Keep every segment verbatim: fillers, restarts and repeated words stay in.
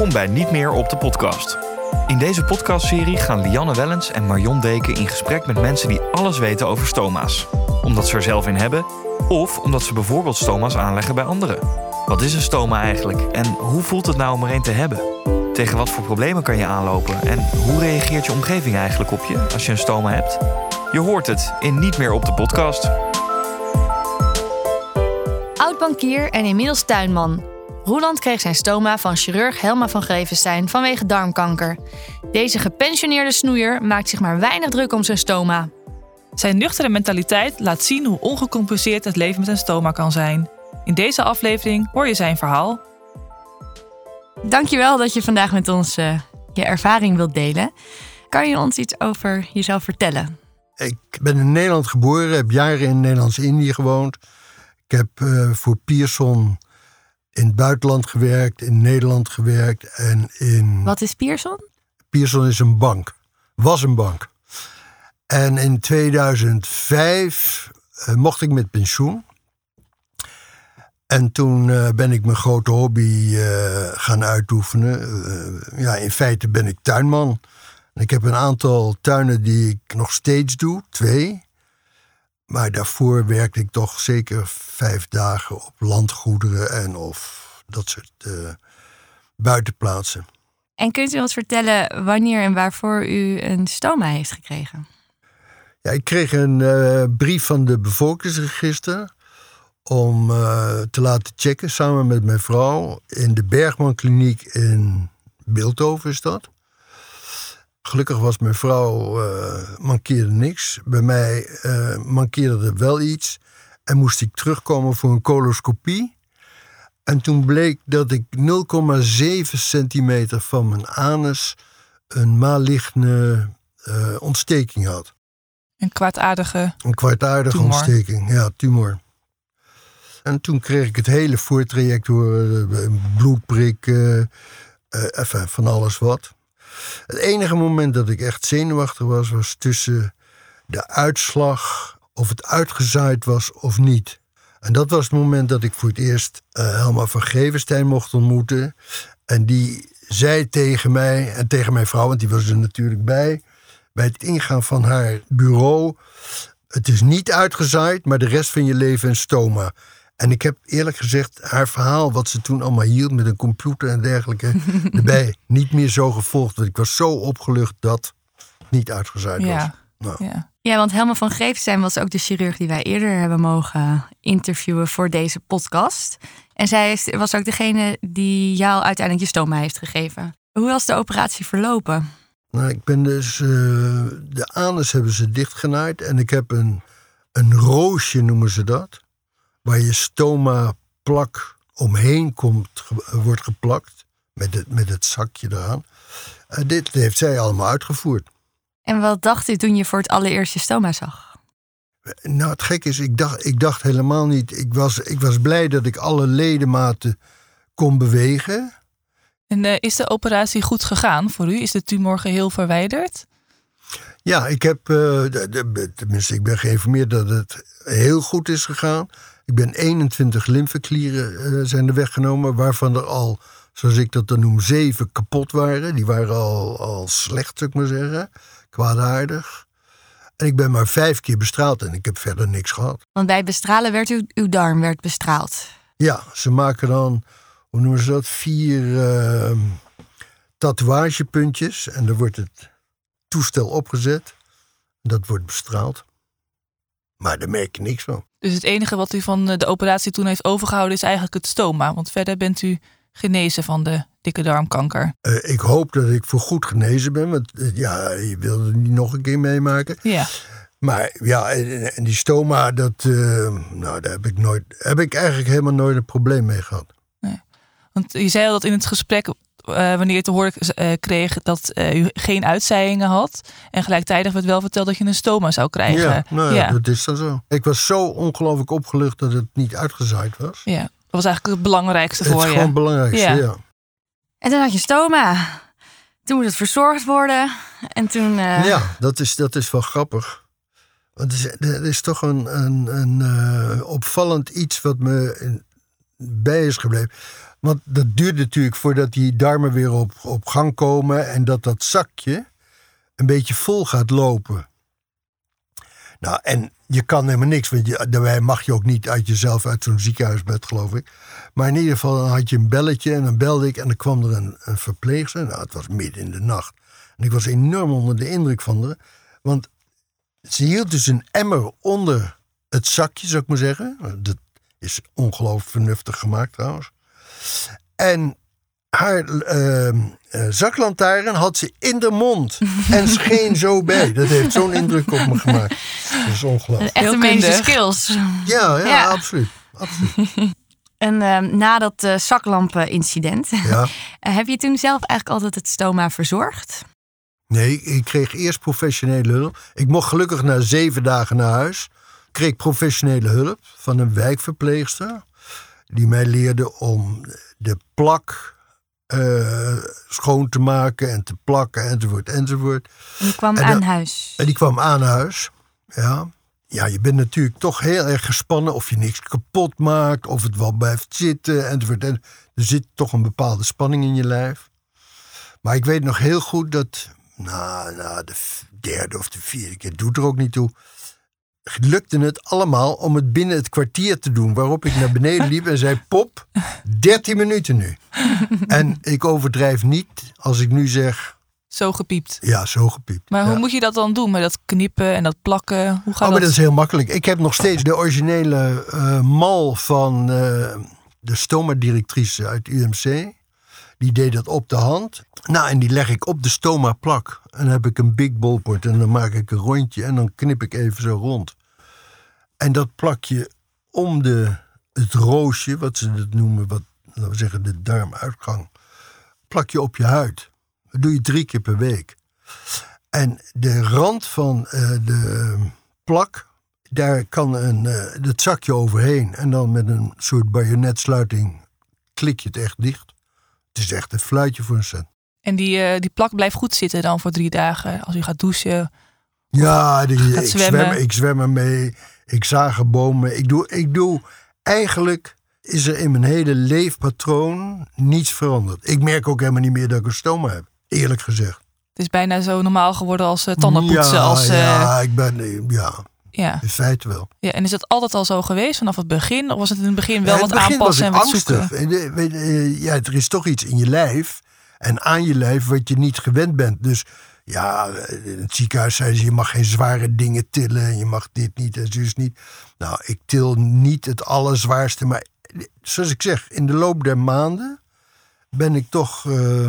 Welkom bij Niet meer op de podcast. In deze podcastserie gaan Lianne Wellens en Marion Deken in gesprek met mensen die alles weten over stoma's. Omdat ze er zelf in hebben, of omdat ze bijvoorbeeld stoma's aanleggen bij anderen. Wat is een stoma eigenlijk en hoe voelt het nou om er een te hebben? Tegen wat voor problemen kan je aanlopen en hoe reageert je omgeving eigenlijk op je als je een stoma hebt? Je hoort het in Niet meer op de podcast. Oud-bankier en inmiddels tuinman. Roeland kreeg zijn stoma van chirurg Helma van Grevenstein vanwege darmkanker. Deze gepensioneerde snoeier maakt zich maar weinig druk om zijn stoma. Zijn nuchtere mentaliteit laat zien hoe ongecompliceerd het leven met een stoma kan zijn. In deze aflevering hoor je zijn verhaal. Dankjewel dat je vandaag met ons uh, je ervaring wilt delen. Kan je ons iets over jezelf vertellen? Ik ben in Nederland geboren, heb jaren in Nederlands-Indië gewoond. Ik heb uh, voor Pearson in het buitenland gewerkt, in Nederland gewerkt en in... Wat is Pearson? Pearson is een bank, was een bank. En in tweeduizend vijf uh, mocht ik met pensioen. En toen uh, ben ik mijn grote hobby uh, gaan uitoefenen. Uh, ja, in feite ben ik tuinman. Ik heb een aantal tuinen die ik nog steeds doe, twee. Maar daarvoor werkte ik toch zeker vijf dagen op landgoederen en of dat soort uh, buitenplaatsen. En kunt u ons vertellen wanneer en waarvoor u een stoma heeft gekregen? Ja, ik kreeg een uh, brief van de bevolkingsregister om uh, te laten checken samen met mijn vrouw in de Bergman Kliniek in Bilthoven is dat. Gelukkig was mijn vrouw, uh, mankeerde niks. Bij mij uh, mankeerde er wel iets. En moest ik terugkomen voor een coloscopie. En toen bleek dat ik nul komma zeven centimeter van mijn anus een maligne uh, ontsteking had. Een kwaadaardige Een kwaadaardige tumor. ontsteking, ja, tumor. En toen kreeg ik het hele voortraject door, uh, bloedprik, uh, uh, enfin, van alles wat. Het enige moment dat ik echt zenuwachtig was, was tussen de uitslag of het uitgezaaid was of niet. En dat was het moment dat ik voor het eerst uh, Helma van Grevenstein mocht ontmoeten. En die zei tegen mij en tegen mijn vrouw, want die was er natuurlijk bij, bij het ingaan van haar bureau: het is niet uitgezaaid, maar de rest van je leven een stoma. En ik heb eerlijk gezegd haar verhaal, wat ze toen allemaal hield met een computer en dergelijke, erbij niet meer zo gevolgd. Want ik was zo opgelucht dat het niet uitgezaaid was. Ja. Nou. Ja. Ja, want Helma van Grevenstein was ook de chirurg die wij eerder hebben mogen interviewen voor deze podcast. En zij is, was ook degene die jou uiteindelijk je stoma heeft gegeven. Hoe was de operatie verlopen? Nou, ik ben dus... Uh, de anus hebben ze dichtgenaaid en ik heb een, een roosje, noemen ze dat, waar je stoma plak omheen komt, ge, wordt geplakt, met het, met het zakje eraan. Uh, dit heeft zij allemaal uitgevoerd. En wat dacht u toen je voor het allereerst je stoma zag? Nou, het gek is, ik dacht, ik dacht helemaal niet... Ik was, ik was blij dat ik alle ledematen kon bewegen. En uh, is de operatie goed gegaan voor u? Is de tumor geheel verwijderd? Ja, ik heb... Uh, de, de, tenminste, ik ben geïnformeerd dat het heel goed is gegaan. Ik ben eenentwintig lymfeklieren uh, zijn er weggenomen, waarvan er al, zoals ik dat dan noem, zeven kapot waren. Die waren al, al slecht, zou ik maar zeggen. Kwaadaardig. En ik ben maar vijf keer bestraald en ik heb verder niks gehad. Want bij bestralen werd u, uw darm werd bestraald. Ja, ze maken dan, hoe noemen ze dat, vier uh, tatoeagepuntjes. En dan wordt het toestel opgezet. Dat wordt bestraald. Maar daar merk je niks van. Dus het enige wat u van de operatie toen heeft overgehouden is eigenlijk het stoma. Want verder bent u genezen van de dikke darmkanker. Uh, ik hoop dat ik voorgoed genezen ben. Want uh, ja, je wil het niet nog een keer meemaken. Ja. Maar ja, en, en die stoma, dat, uh, nou, daar heb ik, nooit, heb ik eigenlijk helemaal nooit een probleem mee gehad. Nee. Want je zei al dat in het gesprek, uh, wanneer je te horen uh, kreeg dat uh, u geen uitzaaiingen had. En gelijktijdig werd wel verteld dat je een stoma zou krijgen. Ja, nou ja, ja. dat is dan zo. Ik was zo ongelooflijk opgelucht dat het niet uitgezaaid was. Ja, dat was eigenlijk het belangrijkste het voor je. Het is gewoon het belangrijkste, ja. ja. En toen had je stoma. Toen moest het verzorgd worden. En toen... Uh... Ja, dat is, dat is wel grappig. Want er is, er is toch een, een, een uh, opvallend iets wat me bij is gebleven. Want dat duurt natuurlijk voordat die darmen weer op, op gang komen. En dat dat zakje een beetje vol gaat lopen. Nou, en je kan helemaal niks. Want je, daarbij mag je ook niet uit jezelf uit zo'n ziekenhuisbed, geloof ik. Maar in ieder geval dan had je een belletje en dan belde ik. En dan kwam er een, een verpleegster. Nou, het was midden in de nacht. En ik was enorm onder de indruk van haar. Want ze hield dus een emmer onder het zakje, zou ik maar zeggen. Dat is ongelooflijk vernuftig gemaakt trouwens. En haar uh, uh, zaklantaarn had ze in de mond. En scheen zo bij. Dat heeft zo'n indruk op me gemaakt. Dat is ongelooflijk. Echte medische skills. Ja, ja, Ja. absoluut. absoluut. En uh, na dat uh, zaklampen-incident, Ja. heb je toen zelf eigenlijk altijd het stoma verzorgd? Nee, ik kreeg eerst professionele hulp. Ik mocht gelukkig na zeven dagen naar huis. Ik kreeg professionele hulp van een wijkverpleegster. Die mij leerde om de plak uh, schoon te maken en te plakken enzovoort enzovoort. En die kwam En aan dan- huis. En die kwam aan huis. Ja. Ja, je bent natuurlijk toch heel erg gespannen of je niks kapot maakt. Of het wel blijft zitten enzovoort. En er zit toch een bepaalde spanning in je lijf. Maar ik weet nog heel goed dat... Nou, nou de v- derde of de vierde keer, doet er ook niet toe. Lukte het allemaal om het binnen het kwartier te doen. Waarop ik naar beneden liep en zei... Pop, dertien minuten nu. En ik overdrijf niet als ik nu zeg... Zo gepiept. Ja, zo gepiept. Maar hoe Ja. moet je dat dan doen? Met dat knippen en dat plakken? Hoe gaat Oh, maar dat? dat is heel makkelijk. Ik heb nog steeds de originele uh, mal van uh, de stoma-directrice uit U M C. Die deed dat op de hand. Nou, en die leg ik op de stoma-plak. En dan heb ik een big ballpoint en dan maak ik een rondje. En dan knip ik even zo rond. En dat plak je om de, het roosje, wat ze dat noemen, wat, laten we zeggen, de darmuitgang. Plak je op je huid. Dat doe je drie keer per week. En de rand van uh, de plak, daar kan een, uh, het zakje overheen. En dan met een soort bajonetsluiting klik je het echt dicht. Het is echt een fluitje voor een cent. En die, uh, die plak blijft goed zitten dan voor drie dagen. Als u gaat douchen. Ja, die, gaat ik, zwemmen. zwem, ik zwem ermee. Ik zaag bomen. Ik doe, ik doe... Eigenlijk is er in mijn hele leefpatroon niets veranderd. Ik merk ook helemaal niet meer dat ik een stoma heb. Eerlijk gezegd. Het is bijna zo normaal geworden als uh, tandenpoetsen. Ja, als, uh, ja, ik ben... Ja, ja. in feite wel. ja. En is dat altijd al zo geweest vanaf het begin? Of was het in het begin wel Ja, in wat het begin was aanpassen ik en wat angstig. zoeken? En de- weet- eh, Ja, er is toch iets in je lijf en aan je lijf wat je niet gewend bent. Dus ja, in het ziekenhuis zeiden ze, je mag geen zware dingen tillen. Je mag dit niet en zus niet. Nou, ik til niet het allerzwaarste. Maar zoals ik zeg, in de loop der maanden ben ik toch uh,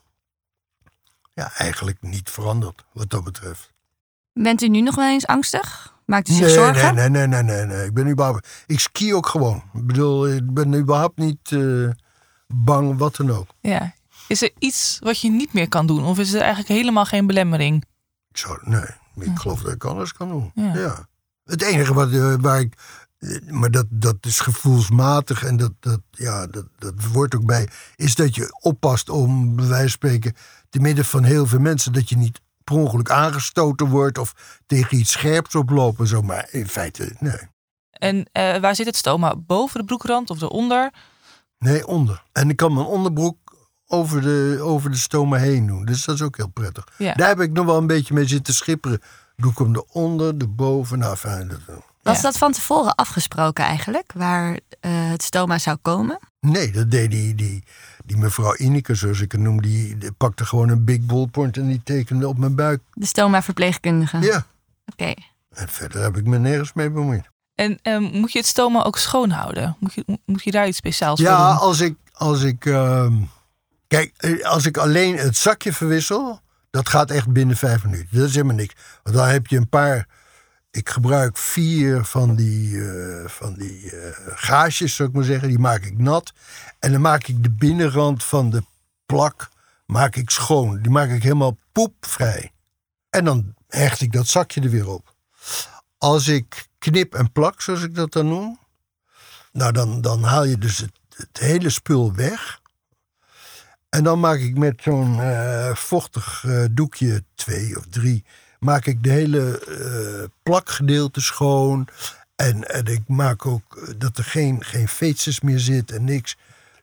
ja, eigenlijk niet veranderd wat dat betreft. Bent u nu nog wel eens angstig? Maakt u zich Nee, zorgen? nee, nee, nee, nee, nee. Ik ben überhaupt... Ik ski ook gewoon. Ik bedoel, ik ben überhaupt niet uh, bang, wat dan ook. Ja. Is er iets wat je niet meer kan doen? Of is er eigenlijk helemaal geen belemmering? Ik zou, nee, ik geloof dat ik alles kan doen. Ja. Ja. Het enige wat, uh, waar ik... uh, Maar dat, dat is gevoelsmatig en dat, dat, ja, dat, dat wordt ook bij... is dat je oppast om, bij wijze van spreken... te midden van heel veel mensen... dat je niet per ongeluk aangestoten wordt... of tegen iets scherps oplopen. Zo. Maar in feite, nee. En uh, waar zit het stoma? Boven de broekrand of eronder? Nee, onder. En ik kan mijn onderbroek over de, over de stoma heen doen. Dus dat is ook heel prettig. Ja. Daar heb ik nog wel een beetje mee zitten schipperen. Doe ik hem eronder, erboven. Nou, fijn. Dat, Was Ja. dat van tevoren afgesproken eigenlijk? Waar uh, het stoma zou komen? nee, dat deed die, die, die mevrouw Ineke, zoals ik het noem. Die, die pakte gewoon een big ballpoint en die tekende op mijn buik. De stoma-verpleegkundige? Ja. Oké. En verder heb ik me nergens mee bemoeid. En um, moet je het stoma ook schoonhouden? Moet je, moet je daar iets speciaals voor Ja, doen? als ik... Als ik uh, kijk, als ik alleen het zakje verwissel... dat gaat echt binnen vijf minuten. Dat is helemaal niks. Want dan heb je een paar... Ik gebruik vier van die, uh, van die uh, gaasjes, zou ik maar zeggen. Die maak ik nat. En dan maak ik de binnenrand van de plak maak ik schoon. Die maak ik helemaal poepvrij. En dan hecht ik dat zakje er weer op. Als ik knip en plak, zoals ik dat dan noem... nou, dan, dan haal je dus het, het hele spul weg. En dan maak ik met zo'n uh, vochtig uh, doekje, twee of drie... maak ik de hele uh, plakgedeelte schoon. En, en ik maak ook dat er geen, geen veetsels meer zit en niks.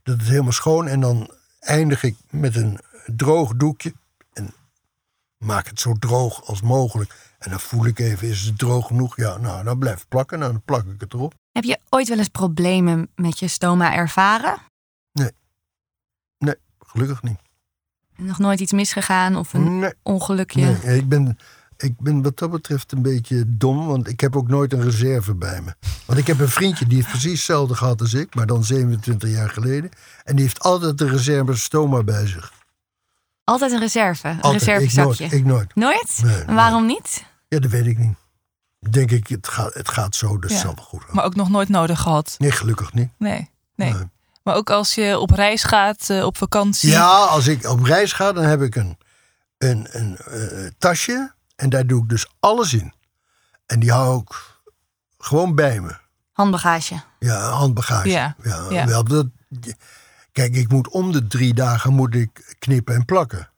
Dat is helemaal schoon. En dan eindig ik met een droog doekje. En maak het zo droog als mogelijk. En dan voel ik even, is het droog genoeg? Ja, nou, dan blijft het plakken. Nou, dan plak ik het erop. Heb je ooit wel eens problemen met je stoma ervaren? Nee. Nee, gelukkig niet. Nog nooit iets misgegaan of een Nee. ongelukje? Nee, ik ben, ik ben wat dat betreft een beetje dom, want ik heb ook nooit een reserve bij me. Want ik heb een vriendje die heeft precies hetzelfde gehad als ik, maar dan zevenentwintig jaar geleden. En die heeft altijd de reserve stoma bij zich. Altijd een reserve, een Altijd. reservezakje? Ik nooit. Ik nooit. Nooit? Nee, en waarom niet? Ja, dat weet ik niet. Denk ik, het gaat, het gaat zo, dus Ja. het zal wel goed gaan. Maar ook nog nooit nodig gehad. Nee, gelukkig niet. Nee, nee. Nee. Maar ook als je op reis gaat, uh, op vakantie. Ja, als ik op reis ga, dan heb ik een, een, een uh, tasje. En daar doe ik dus alles in. En die hou ik gewoon bij me. Handbagage? Ja, handbagage. Ja, ja, ja. Wel, dat, kijk, ik moet om de drie dagen moet ik knippen en plakken.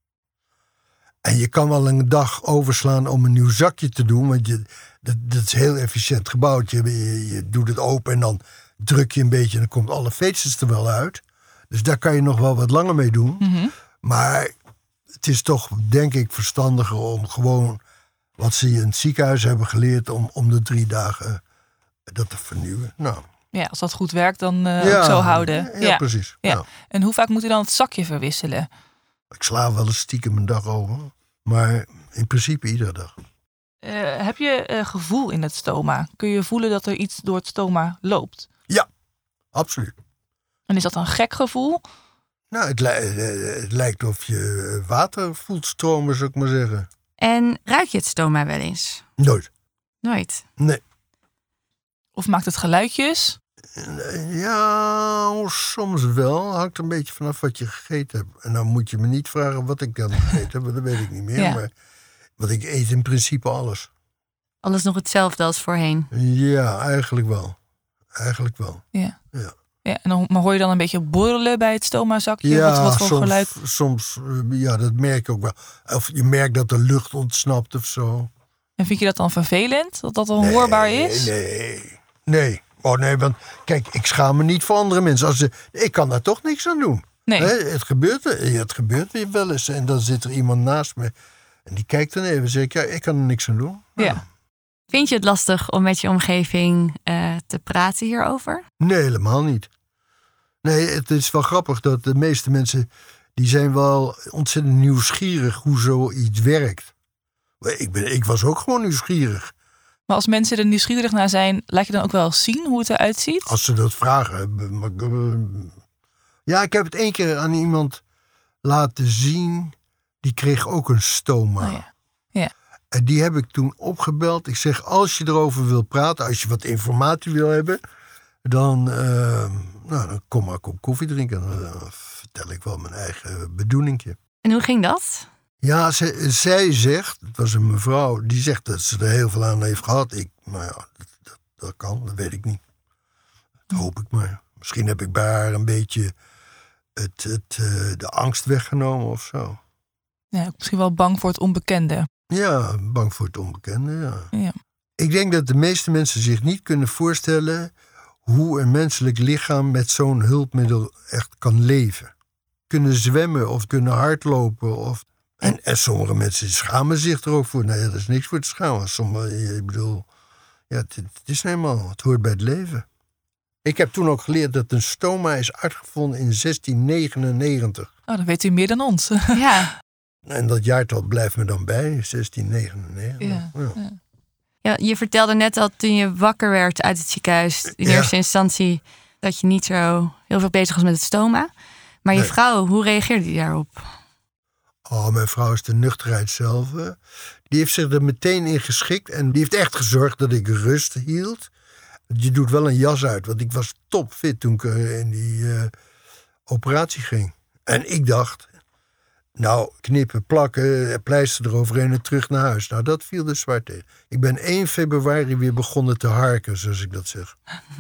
En je kan wel een dag overslaan om een nieuw zakje te doen. Want je, dat, dat is heel efficiënt gebouwd. Je, je, je doet het open en dan druk je een beetje en dan komt alle veetjes er wel uit. Dus daar kan je nog wel wat langer mee doen. Mm-hmm. Maar het is toch, denk ik, verstandiger om gewoon wat ze in het ziekenhuis hebben geleerd om om de drie dagen dat te vernieuwen. Nou, Ja, als dat goed werkt, dan uh, ja, ook zo houden. Ja, Ja. precies. Ja. Nou, En hoe vaak moet u dan het zakje verwisselen? ik sla wel eens stiekem een dag over. Maar in principe iedere dag. Uh, heb je uh, gevoel in het stoma? Kun je voelen dat er iets door het stoma loopt? Absoluut. En is dat een gek gevoel? Nou, het, li- het lijkt of je water voelt stromen, zou ik maar zeggen. En ruik je het stoma wel eens? Nooit. Nooit. Nee. Of maakt het geluidjes? Ja, soms wel. Hangt een beetje vanaf wat je gegeten hebt. En dan moet je me niet vragen wat ik dan gegeten heb, want dat weet ik niet meer. Ja. Maar, want ik eet in principe alles. Alles nog hetzelfde als voorheen? Ja, eigenlijk wel. Eigenlijk wel. Ja. Ja. Ja, en dan, maar hoor je dan een beetje borrelen bij het stomazakje? Ja, wat, wat voor soms, geluid? soms, uh, ja, dat merk ik ook wel. Of je merkt dat er lucht ontsnapt of zo. En vind je dat dan vervelend? Dat dat dan hoorbaar is? Nee, nee. Oh nee, want kijk, ik schaam me niet voor andere mensen. Als ze, ik kan daar toch niks aan doen. Nee. Hè, het gebeurt, het gebeurt weer wel eens. En dan zit er iemand naast me. En die kijkt dan even en zegt, ja, ik kan er niks aan doen. Ja. Vind je het lastig om met je omgeving uh, te praten hierover? Nee, helemaal niet. Nee, het is wel grappig dat de meeste mensen, die zijn wel ontzettend nieuwsgierig hoe zoiets werkt. Ik, ben, ik was ook gewoon nieuwsgierig. Maar als mensen er nieuwsgierig naar zijn, laat je dan ook wel zien hoe het eruit ziet? Als ze dat vragen. Ja, ik heb het één keer aan iemand laten zien. Die kreeg ook een stoma. Oh ja. Ja. En die heb ik toen opgebeld. Ik zeg, als je erover wil praten, als je wat informatie wil hebben, dan, uh, nou, dan kom maar een kop koffie drinken. Dan uh, vertel ik wel mijn eigen bedoelingje. En hoe ging dat? Ja, ze, zij zegt, het was een mevrouw, die zegt dat ze er heel veel aan heeft gehad. Ik, nou ja, dat, dat, dat kan, dat weet ik niet. Dat hoop ik maar. Misschien heb ik bij haar een beetje het, het, uh, de angst weggenomen of zo. Ja, misschien wel bang voor het onbekende. Ja, bang voor het onbekende, ja. Ja. Ik denk dat de meeste mensen zich niet kunnen voorstellen hoe een menselijk lichaam met zo'n hulpmiddel echt kan leven. Kunnen zwemmen of kunnen hardlopen. Of... En, en sommige mensen schamen zich er ook voor. Nee, er is niks voor te schamen. Sommige, ik bedoel, ja, het, het is helemaal, het hoort bij het leven. Ik heb toen ook geleerd dat een stoma is uitgevonden in zestien negenennegentig. Oh, dan weet u meer dan ons. Ja. En dat jaartal blijft me dan bij, zestien negenennegentig. Ja. Ja. Ja. Ja, je vertelde net al toen je wakker werd uit het ziekenhuis, in Ja. eerste instantie, dat je niet zo heel veel bezig was met het stoma. Maar je Nee. vrouw, hoe reageerde die daarop? Oh, mijn vrouw is de nuchterheid zelf. hè. Die heeft zich er meteen in geschikt. En die heeft echt gezorgd dat ik rust hield. Je doet wel een jas uit. Want ik was topfit toen ik eh, in die uh, operatie ging. En ik dacht, nou, knippen, plakken, pleister eroverheen en terug naar huis. Nou, dat viel dus zwaar tegen. Ik ben één februari weer begonnen te harken, zoals ik dat zeg.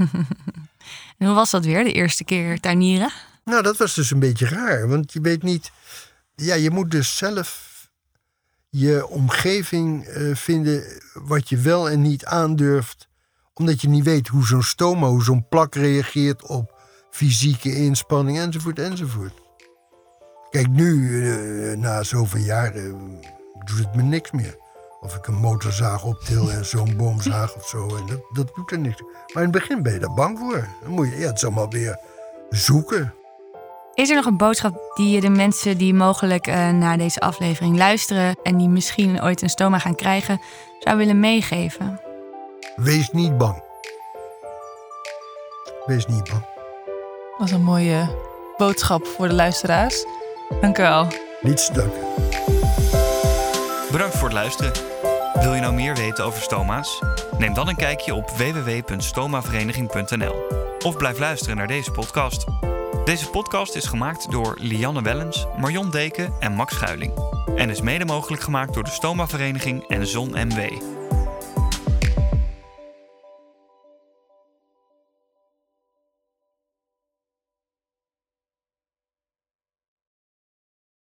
En hoe was dat weer, de eerste keer tuinieren? Nou, dat was dus een beetje raar. Want je weet niet... Ja, je moet dus zelf je omgeving uh, vinden wat je wel en niet aandurft. Omdat je niet weet hoe zo'n stoma, hoe zo'n plak reageert op fysieke inspanning, enzovoort, enzovoort. Kijk, nu, uh, na zoveel jaren, uh, doet het me niks meer. Of ik een motorzaag optil en zo'n boomzaag of zo. En dat, dat doet er niks. Maar in het begin ben je daar bang voor. Dan moet je ja, het is allemaal weer zoeken. Is er nog een boodschap die je de mensen die mogelijk uh, naar deze aflevering luisteren en die misschien ooit een stoma gaan krijgen, zou willen meegeven? Wees niet bang. Wees niet bang. Dat is een mooie boodschap voor de luisteraars. Dank u wel. Niets te danken. Bedankt voor het luisteren. Wil je nou meer weten over stoma's? Neem dan een kijkje op w w w punt stomavereniging punt n l of blijf luisteren naar deze podcast. Deze podcast is gemaakt door Lianne Wellens, Marion Deken en Max Schuiling en is mede mogelijk gemaakt door de Stomavereniging en Zon M W.